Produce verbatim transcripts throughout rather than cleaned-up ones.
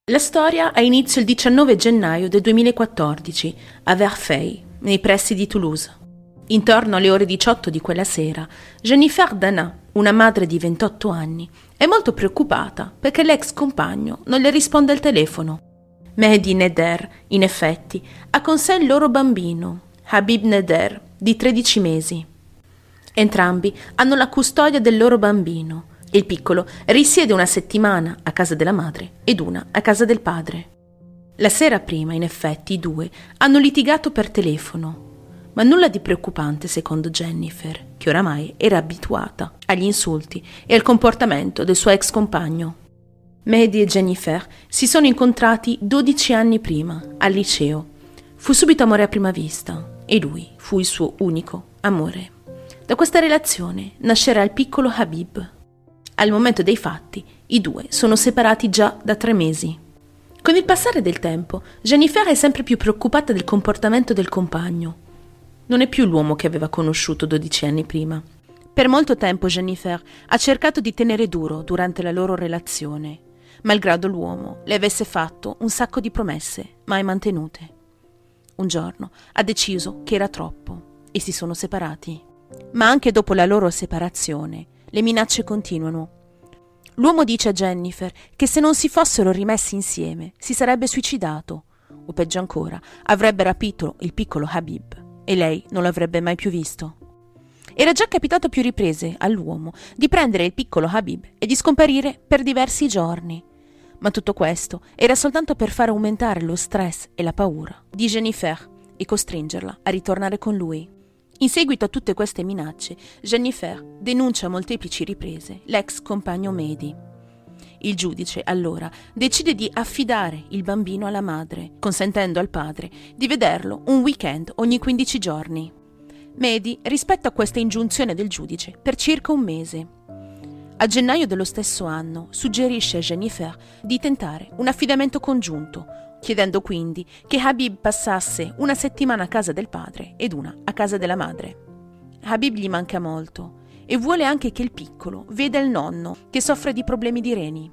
La storia ha inizio il diciannove gennaio del duemilaquattordici a Verfeil, nei pressi di Toulouse. Intorno alle ore diciotto di quella sera, Jennifer Dana, una madre di ventotto anni, è molto preoccupata perché l'ex compagno non le risponde al telefono. Mehdi Neder, in effetti, ha con sé il loro bambino, Habib Neder, di tredici mesi. Entrambi hanno la custodia del loro bambino. Il piccolo risiede una settimana a casa della madre ed una a casa del padre. La sera prima, in effetti, i due hanno litigato per telefono, ma nulla di preoccupante secondo Jennifer, che oramai era abituata agli insulti e al comportamento del suo ex compagno. Mehdi e Jennifer si sono incontrati dodici anni prima, al liceo. Fu subito amore a prima vista e lui fu il suo unico amore. Da questa relazione nascerà il piccolo Habib. Al momento dei fatti, i due sono separati già da tre mesi. Con il passare del tempo, Jennifer è sempre più preoccupata del comportamento del compagno. Non è più l'uomo che aveva conosciuto dodici anni prima. Per molto tempo Jennifer ha cercato di tenere duro durante la loro relazione, malgrado l'uomo le avesse fatto un sacco di promesse, mai mantenute. Un giorno ha deciso che era troppo e si sono separati. Ma anche dopo la loro separazione, le minacce continuano. L'uomo dice a Jennifer che se non si fossero rimessi insieme si sarebbe suicidato, o peggio ancora, avrebbe rapito il piccolo Habib e lei non l'avrebbe mai più visto. Era già capitato a più riprese all'uomo di prendere il piccolo Habib e di scomparire per diversi giorni. Ma tutto questo era soltanto per far aumentare lo stress e la paura di Jennifer e costringerla a ritornare con lui. In seguito a tutte queste minacce, Jennifer denuncia a molteplici riprese l'ex compagno Mehdi. Il giudice, allora, decide di affidare il bambino alla madre, consentendo al padre di vederlo un weekend ogni quindici giorni. Mehdi rispetta questa ingiunzione del giudice per circa un mese. A gennaio dello stesso anno suggerisce a Jennifer di tentare un affidamento congiunto, chiedendo quindi che Habib passasse una settimana a casa del padre ed una a casa della madre. Habib gli manca molto e vuole anche che il piccolo veda il nonno che soffre di problemi di reni.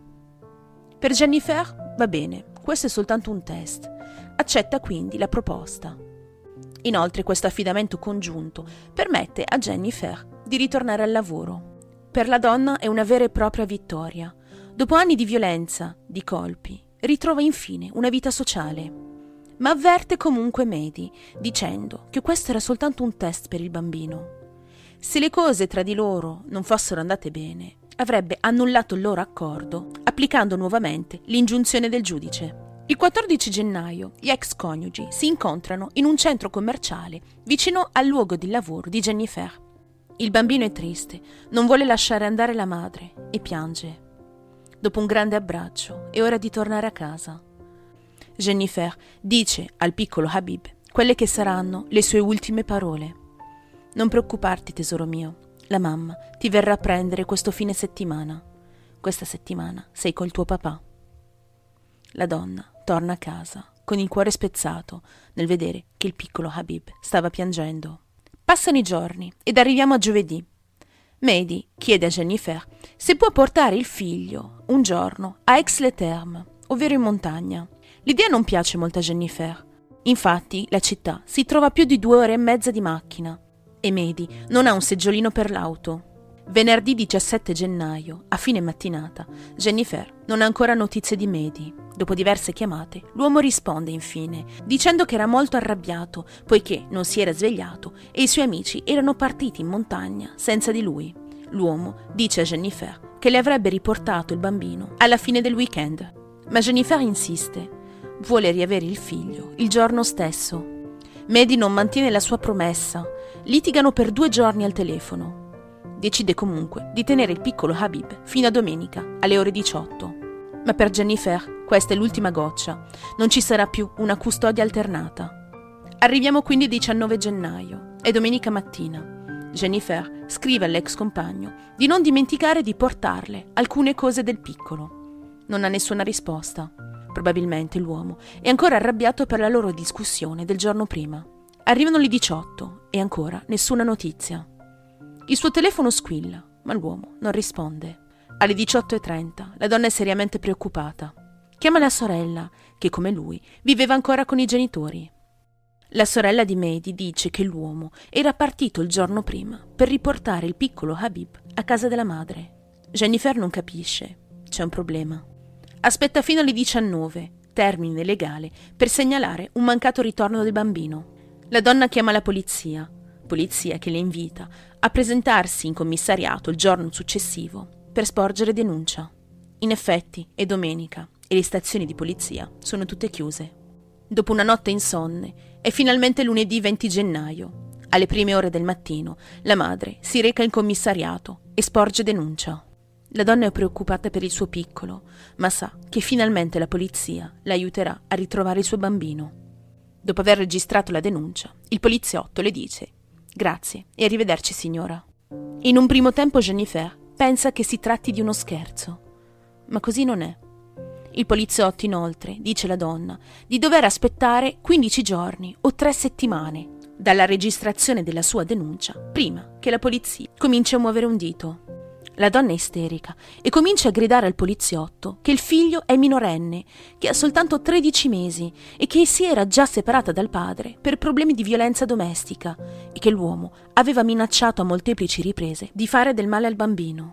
Per Jennifer va bene, questo è soltanto un test. Accetta quindi la proposta. Inoltre questo affidamento congiunto permette a Jennifer di ritornare al lavoro. Per la donna è una vera e propria vittoria. Dopo anni di violenza, di colpi, ritrova infine una vita sociale, ma avverte comunque Mehdi, dicendo che questo era soltanto un test per il bambino. Se le cose tra di loro non fossero andate bene, avrebbe annullato il loro accordo, applicando nuovamente l'ingiunzione del giudice. Il quattordici gennaio gli ex coniugi si incontrano in un centro commerciale vicino al luogo di lavoro di Jennifer. Il bambino è triste, non vuole lasciare andare la madre e piange. Dopo un grande abbraccio, è ora di tornare a casa. Jennifer dice al piccolo Habib quelle che saranno le sue ultime parole. Non preoccuparti, tesoro mio, la mamma ti verrà a prendere questo fine settimana. Questa settimana sei col tuo papà. La donna torna a casa con il cuore spezzato nel vedere che il piccolo Habib stava piangendo. Passano i giorni ed arriviamo a giovedì. Mehdi chiede a Jennifer se può portare il figlio un giorno a Aix-les-Thermes, ovvero in montagna. L'idea non piace molto a Jennifer. Infatti la città si trova a più di due ore e mezza di macchina e Mehdi non ha un seggiolino per l'auto. Venerdì diciassette gennaio, a fine mattinata, Jennifer non ha ancora notizie di Mehdi. Dopo diverse chiamate, l'uomo risponde infine, dicendo che era molto arrabbiato poiché non si era svegliato e i suoi amici erano partiti in montagna senza di lui. L'uomo dice a Jennifer che le avrebbe riportato il bambino alla fine del weekend, ma Jennifer insiste. Vuole riavere il figlio il giorno stesso. Mehdi non mantiene la sua promessa. Litigano per due giorni al telefono. Decide comunque di tenere il piccolo Habib fino a domenica alle ore diciotto. Ma per Jennifer questa è l'ultima goccia. Non ci sarà più una custodia alternata. Arriviamo quindi al diciannove gennaio. È domenica mattina. Jennifer scrive all'ex compagno di non dimenticare di portarle alcune cose del piccolo. Non ha nessuna risposta. Probabilmente l'uomo è ancora arrabbiato per la loro discussione del giorno prima. Arrivano le diciotto e ancora nessuna notizia. Il suo telefono squilla, ma l'uomo non risponde. Alle diciotto e trenta la donna è seriamente preoccupata. chiama la sorella, che come lui viveva ancora con i genitori. La sorella di Mehdi dice che l'uomo era partito il giorno prima per riportare il piccolo Habib a casa della madre. Jennifer non capisce, c'è un problema. Aspetta fino alle diciannove, termine legale, per segnalare un mancato ritorno del bambino. La donna chiama la polizia, polizia che le invita a presentarsi in commissariato il giorno successivo per sporgere denuncia. In effetti è domenica e le stazioni di polizia sono tutte chiuse. Dopo una notte insonne, è finalmente lunedì venti gennaio. Alle prime ore del mattino, la madre si reca in commissariato e sporge denuncia. La donna è preoccupata per il suo piccolo, ma sa che finalmente la polizia la aiuterà a ritrovare il suo bambino. Dopo aver registrato la denuncia, il poliziotto le dice «Grazie e arrivederci signora». In un primo tempo Jennifer pensa che si tratti di uno scherzo, ma così non è. Il poliziotto inoltre dice alla donna di dover aspettare quindici giorni o tre settimane dalla registrazione della sua denuncia prima che la polizia cominci a muovere un dito. La donna è isterica e comincia a gridare al poliziotto che il figlio è minorenne, che ha soltanto tredici mesi e che si era già separata dal padre per problemi di violenza domestica e che l'uomo aveva minacciato a molteplici riprese di fare del male al bambino.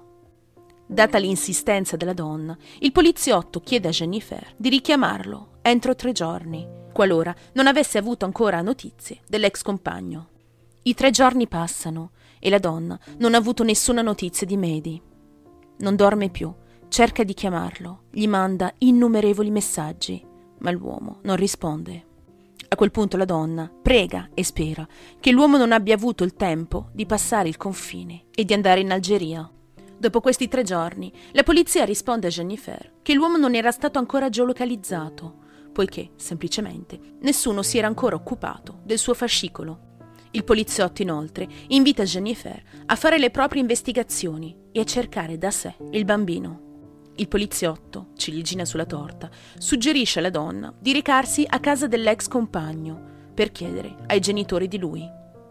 Data l'insistenza della donna, il poliziotto chiede a Jennifer di richiamarlo entro tre giorni, qualora non avesse avuto ancora notizie dell'ex compagno. I tre giorni passano e la donna non ha avuto nessuna notizia di Mehdi. Non dorme più, cerca di chiamarlo, gli manda innumerevoli messaggi, ma l'uomo non risponde. A quel punto la donna prega e spera che l'uomo non abbia avuto il tempo di passare il confine e di andare in Algeria. Dopo questi tre giorni, la polizia risponde a Jennifer che l'uomo non era stato ancora geolocalizzato, poiché, semplicemente, nessuno si era ancora occupato del suo fascicolo. Il poliziotto, inoltre, invita Jennifer a fare le proprie investigazioni e a cercare da sé il bambino. Il poliziotto, ciliegina sulla torta, suggerisce alla donna di recarsi a casa dell'ex compagno per chiedere ai genitori di lui.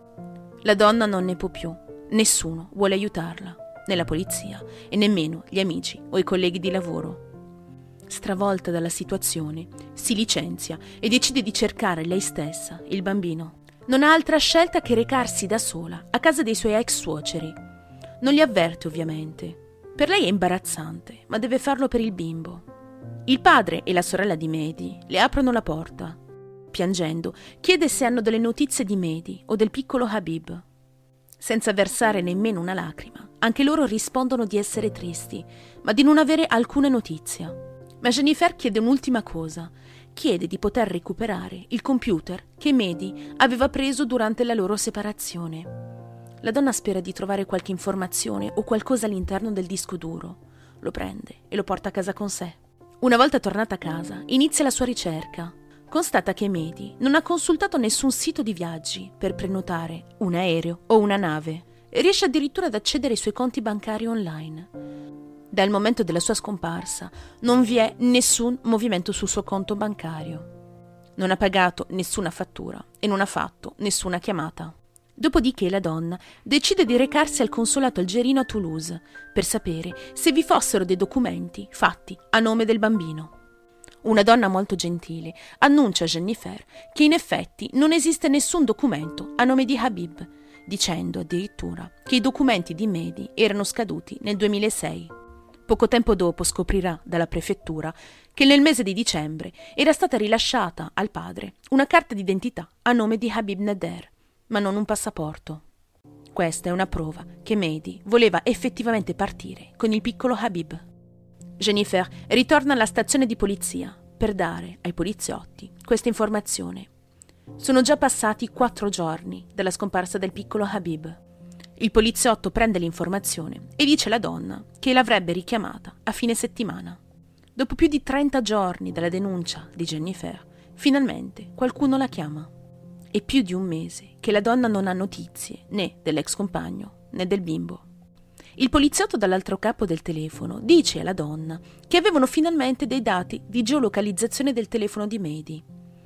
La donna non ne può più, nessuno vuole aiutarla. Né la polizia e nemmeno gli amici o i colleghi di lavoro. Stravolta dalla situazione, si licenzia e decide di cercare lei stessa il bambino. Non ha altra scelta che recarsi da sola a casa dei suoi ex suoceri. Non li avverte ovviamente. Per lei è imbarazzante, ma deve farlo per il bimbo. Il padre e la sorella di Mehdi le aprono la porta. Piangendo, chiede se hanno delle notizie di Mehdi o del piccolo Habib. Senza versare nemmeno una lacrima, anche loro rispondono di essere tristi, ma di non avere alcuna notizia. Ma Jennifer chiede un'ultima cosa. Chiede di poter recuperare il computer che Mehdi aveva preso durante la loro separazione. La donna spera di trovare qualche informazione o qualcosa all'interno del disco duro. Lo prende e lo porta a casa con sé. Una volta tornata a casa, inizia la sua ricerca. Constata che Mehdi non ha consultato nessun sito di viaggi per prenotare un aereo o una nave e riesce addirittura ad accedere ai suoi conti bancari online. Dal momento della sua scomparsa non vi è nessun movimento sul suo conto bancario. Non ha pagato nessuna fattura e non ha fatto nessuna chiamata. Dopodiché la donna decide di recarsi al consolato algerino a Toulouse per sapere se vi fossero dei documenti fatti a nome del bambino. Una donna molto gentile annuncia a Jennifer che in effetti non esiste nessun documento a nome di Habib, dicendo addirittura che i documenti di Mehdi erano scaduti nel duemilasei. Poco tempo dopo scoprirà dalla prefettura che nel mese di dicembre era stata rilasciata al padre una carta d'identità a nome di Habib Nader, ma non un passaporto. Questa è una prova che Mehdi voleva effettivamente partire con il piccolo Habib. Jennifer ritorna alla stazione di polizia per dare ai poliziotti questa informazione. Sono già passati quattro giorni dalla scomparsa del piccolo Habib. Il poliziotto prende l'informazione e dice alla donna che l'avrebbe richiamata a fine settimana. Dopo più di trenta giorni dalla denuncia di Jennifer, finalmente qualcuno la chiama. È più di un mese che la donna non ha notizie né dell'ex compagno né del bimbo. Il poliziotto dall'altro capo del telefono dice alla donna che avevano finalmente dei dati di geolocalizzazione del telefono di Mehdi.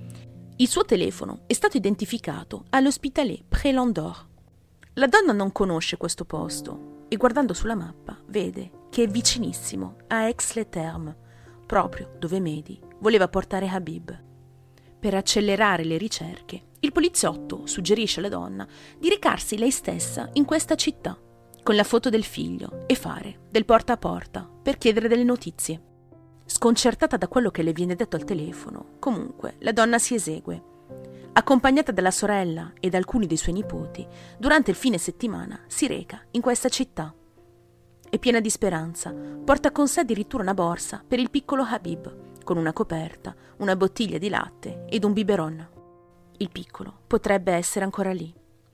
Il suo telefono è stato identificato all'Hospitalet Pré-Landor. La donna non conosce questo posto e guardando sulla mappa vede che è vicinissimo a Aix-les-Thermes, proprio dove Mehdi voleva portare Habib. Per accelerare le ricerche, il poliziotto suggerisce alla donna di recarsi lei stessa in questa città, con la foto del figlio, e fare del porta a porta per chiedere delle notizie. Sconcertata da quello che le viene detto al telefono, comunque la donna si esegue. Accompagnata dalla sorella e da alcuni dei suoi nipoti, durante il fine settimana si reca in questa città. È piena di speranza, porta con sé addirittura una borsa per il piccolo Habib, con una coperta, una bottiglia di latte ed un biberon. Il piccolo potrebbe essere ancora lì.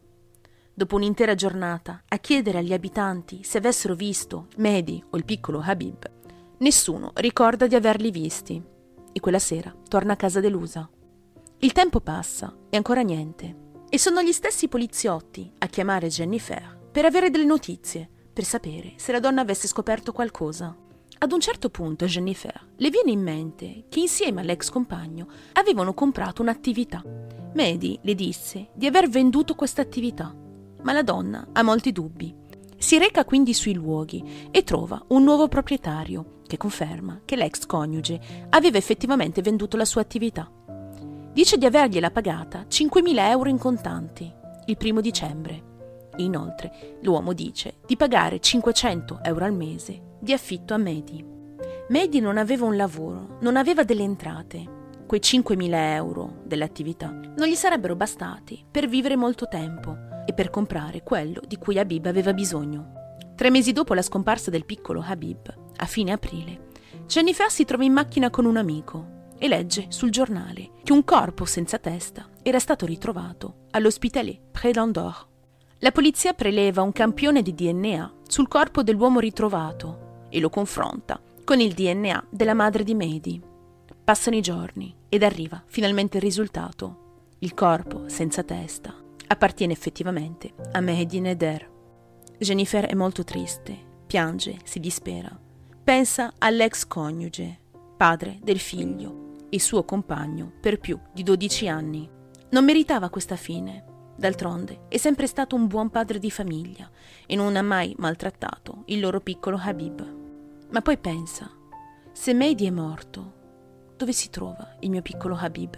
Dopo un'intera giornata a chiedere agli abitanti se avessero visto Mehdi o il piccolo Habib, nessuno ricorda di averli visti e quella sera torna a casa delusa. Il tempo passa e ancora niente. E sono gli stessi poliziotti a chiamare Jennifer per avere delle notizie, per sapere se la donna avesse scoperto qualcosa. Ad un certo punto a Jennifer le viene in mente che insieme all'ex compagno avevano comprato un'attività. Mehdi le disse di aver venduto questa attività, ma la donna ha molti dubbi. Si reca quindi sui luoghi e trova un nuovo proprietario che conferma che l'ex coniuge aveva effettivamente venduto la sua attività. Dice di avergliela pagata cinquemila euro in contanti il primo dicembre. Inoltre l'uomo dice di pagare cinquecento euro al mese di affitto a Mehdi. Mehdi non aveva un lavoro, non aveva delle entrate. Quei cinquemila euro dell'attività non gli sarebbero bastati per vivere molto tempo e per comprare quello di cui Habib aveva bisogno. Tre mesi dopo la scomparsa del piccolo Habib, a fine aprile, Jennifer si trova in macchina con un amico e legge sul giornale che un corpo senza testa era stato ritrovato all'Hospitalet Près d'Andorre. La polizia preleva un campione di D N A sul corpo dell'uomo ritrovato e lo confronta con il D N A della madre di Mehdi. Passano i giorni ed arriva finalmente il risultato. Il corpo senza testa appartiene effettivamente a Mehdi Neder. Jennifer è molto triste, piange, si dispera. Pensa all'ex coniuge, padre del figlio e suo compagno per più di dodici anni. Non meritava questa fine. D'altronde è sempre stato un buon padre di famiglia e non ha mai maltrattato il loro piccolo Habib. Ma poi pensa, se Mehdi è morto, dove si trova il mio piccolo Habib?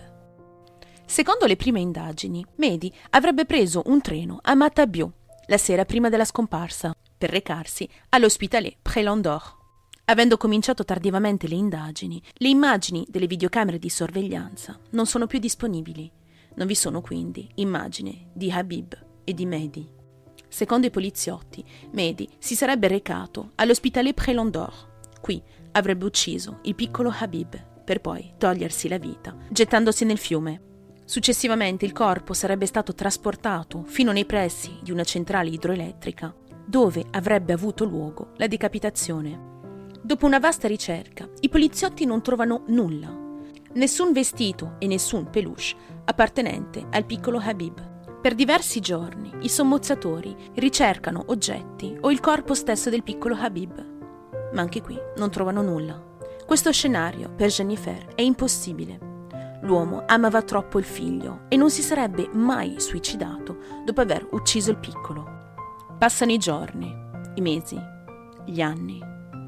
Secondo le prime indagini, Mehdi avrebbe preso un treno a Matabiau la sera prima della scomparsa per recarsi all'Hospitalet Près d'Andorre. Avendo cominciato tardivamente le indagini, le immagini delle videocamere di sorveglianza non sono più disponibili. Non vi sono quindi immagini di Habib e di Mehdi. Secondo i poliziotti, Mehdi si sarebbe recato all'Hospitalet Près d'Andorre. Qui avrebbe ucciso il piccolo Habib per poi togliersi la vita, gettandosi nel fiume. Successivamente il corpo sarebbe stato trasportato fino nei pressi di una centrale idroelettrica, dove avrebbe avuto luogo la decapitazione. Dopo una vasta ricerca, i poliziotti non trovano nulla. Nessun vestito e nessun peluche appartenente al piccolo Habib. Per diversi giorni i sommozzatori ricercano oggetti o il corpo stesso del piccolo Habib, ma anche qui non trovano nulla. Questo scenario per Jennifer è impossibile. L'uomo amava troppo il figlio e non si sarebbe mai suicidato dopo aver ucciso il piccolo. Passano i giorni, i mesi, gli anni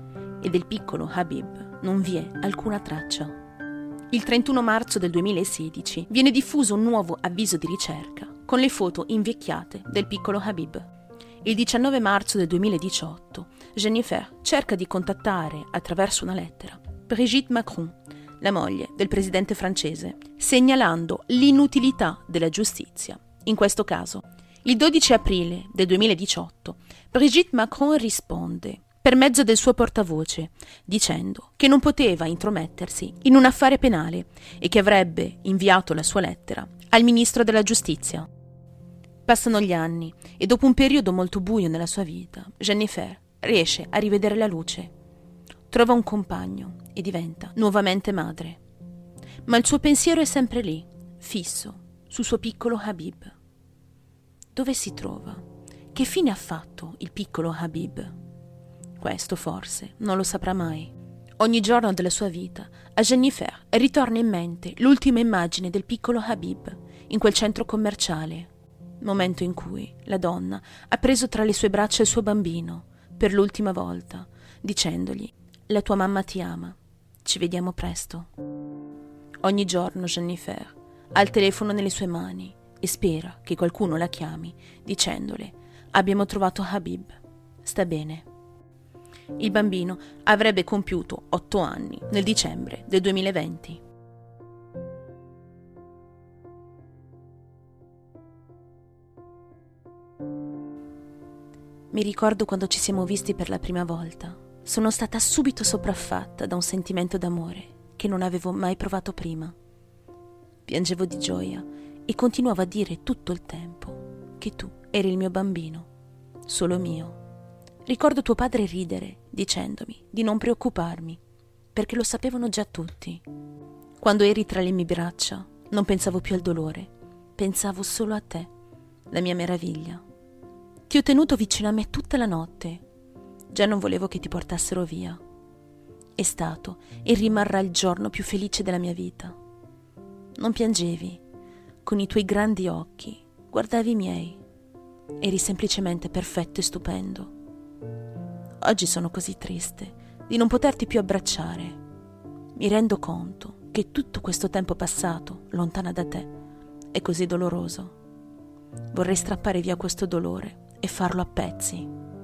e del piccolo Habib non vi è alcuna traccia. Il trentuno marzo del duemilasedici viene diffuso un nuovo avviso di ricerca con le foto invecchiate del piccolo Habib. Il diciannove marzo del duemiladiciotto Jennifer cerca di contattare attraverso una lettera Brigitte Macron, la moglie del presidente francese, segnalando l'inutilità della giustizia. In questo caso, il dodici aprile del duemiladiciotto, Brigitte Macron risponde per mezzo del suo portavoce, dicendo che non poteva intromettersi in un affare penale e che avrebbe inviato la sua lettera al ministro della giustizia. Passano gli anni e dopo un periodo molto buio nella sua vita, Jennifer riesce a rivedere la luce. Trova un compagno e diventa nuovamente madre. Ma il suo pensiero è sempre lì, fisso, sul suo piccolo Habib. Dove si trova? Che fine ha fatto il piccolo Habib? Questo forse non lo saprà mai. Ogni giorno della sua vita a Jennifer ritorna in mente l'ultima immagine del piccolo Habib in quel centro commerciale, momento in cui la donna ha preso tra le sue braccia il suo bambino per l'ultima volta, dicendogli: «La tua mamma ti ama, Ci vediamo presto. Ogni giorno Jennifer ha il telefono nelle sue mani e spera che qualcuno la chiami dicendole: abbiamo trovato Habib, sta bene. Il bambino avrebbe compiuto otto anni nel dicembre del duemilaventi. Mi ricordo quando ci siamo visti per la prima volta. Sono stata subito sopraffatta da un sentimento d'amore che non avevo mai provato prima. Piangevo di gioia e continuavo a dire tutto il tempo che tu eri il mio bambino, solo mio. Ricordo tuo padre ridere, dicendomi di non preoccuparmi, perché lo sapevano già tutti. Quando eri tra le mie braccia, non pensavo più al dolore, pensavo solo a te, la mia meraviglia. Ti ho tenuto vicino a me tutta la notte. Già non volevo che ti portassero via. È stato e rimarrà il giorno più felice della mia vita. Non piangevi, con i tuoi grandi occhi, guardavi i miei. Eri semplicemente perfetto e stupendo. Oggi sono così triste di non poterti più abbracciare. Mi rendo conto che tutto questo tempo passato, lontana da te, è così doloroso. Vorrei strappare via questo dolore e farlo a pezzi.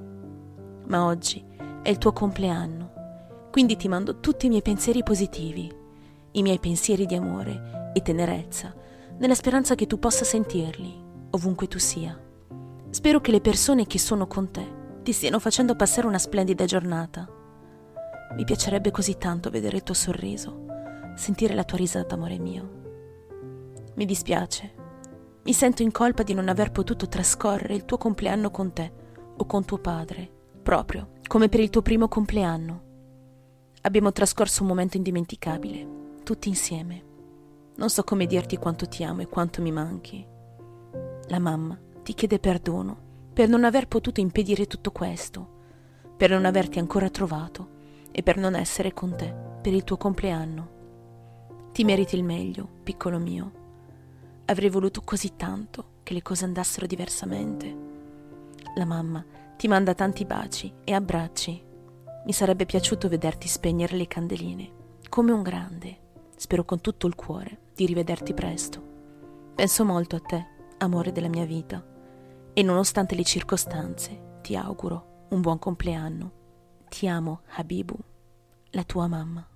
Ma oggi è il tuo compleanno, quindi ti mando tutti i miei pensieri positivi, i miei pensieri di amore e tenerezza, nella speranza che tu possa sentirli, ovunque tu sia. Spero che le persone che sono con te ti stiano facendo passare una splendida giornata. Mi piacerebbe così tanto vedere il tuo sorriso, sentire la tua risata, amore mio. Mi dispiace, mi sento in colpa di non aver potuto trascorrere il tuo compleanno con te o con tuo padre, proprio come per il tuo primo compleanno. Abbiamo trascorso un momento indimenticabile, tutti insieme. Non so come dirti quanto ti amo e quanto mi manchi. La mamma ti chiede perdono per non aver potuto impedire tutto questo, per non averti ancora trovato e per non essere con te per il tuo compleanno. Ti meriti il meglio, piccolo mio. Avrei voluto così tanto che le cose andassero diversamente. La mamma ti manda tanti baci e abbracci. Mi sarebbe piaciuto vederti spegnere le candeline, come un grande. Spero con tutto il cuore di rivederti presto. Penso molto a te, amore della mia vita, e nonostante le circostanze ti auguro un buon compleanno. Ti amo, Habibu, la tua mamma.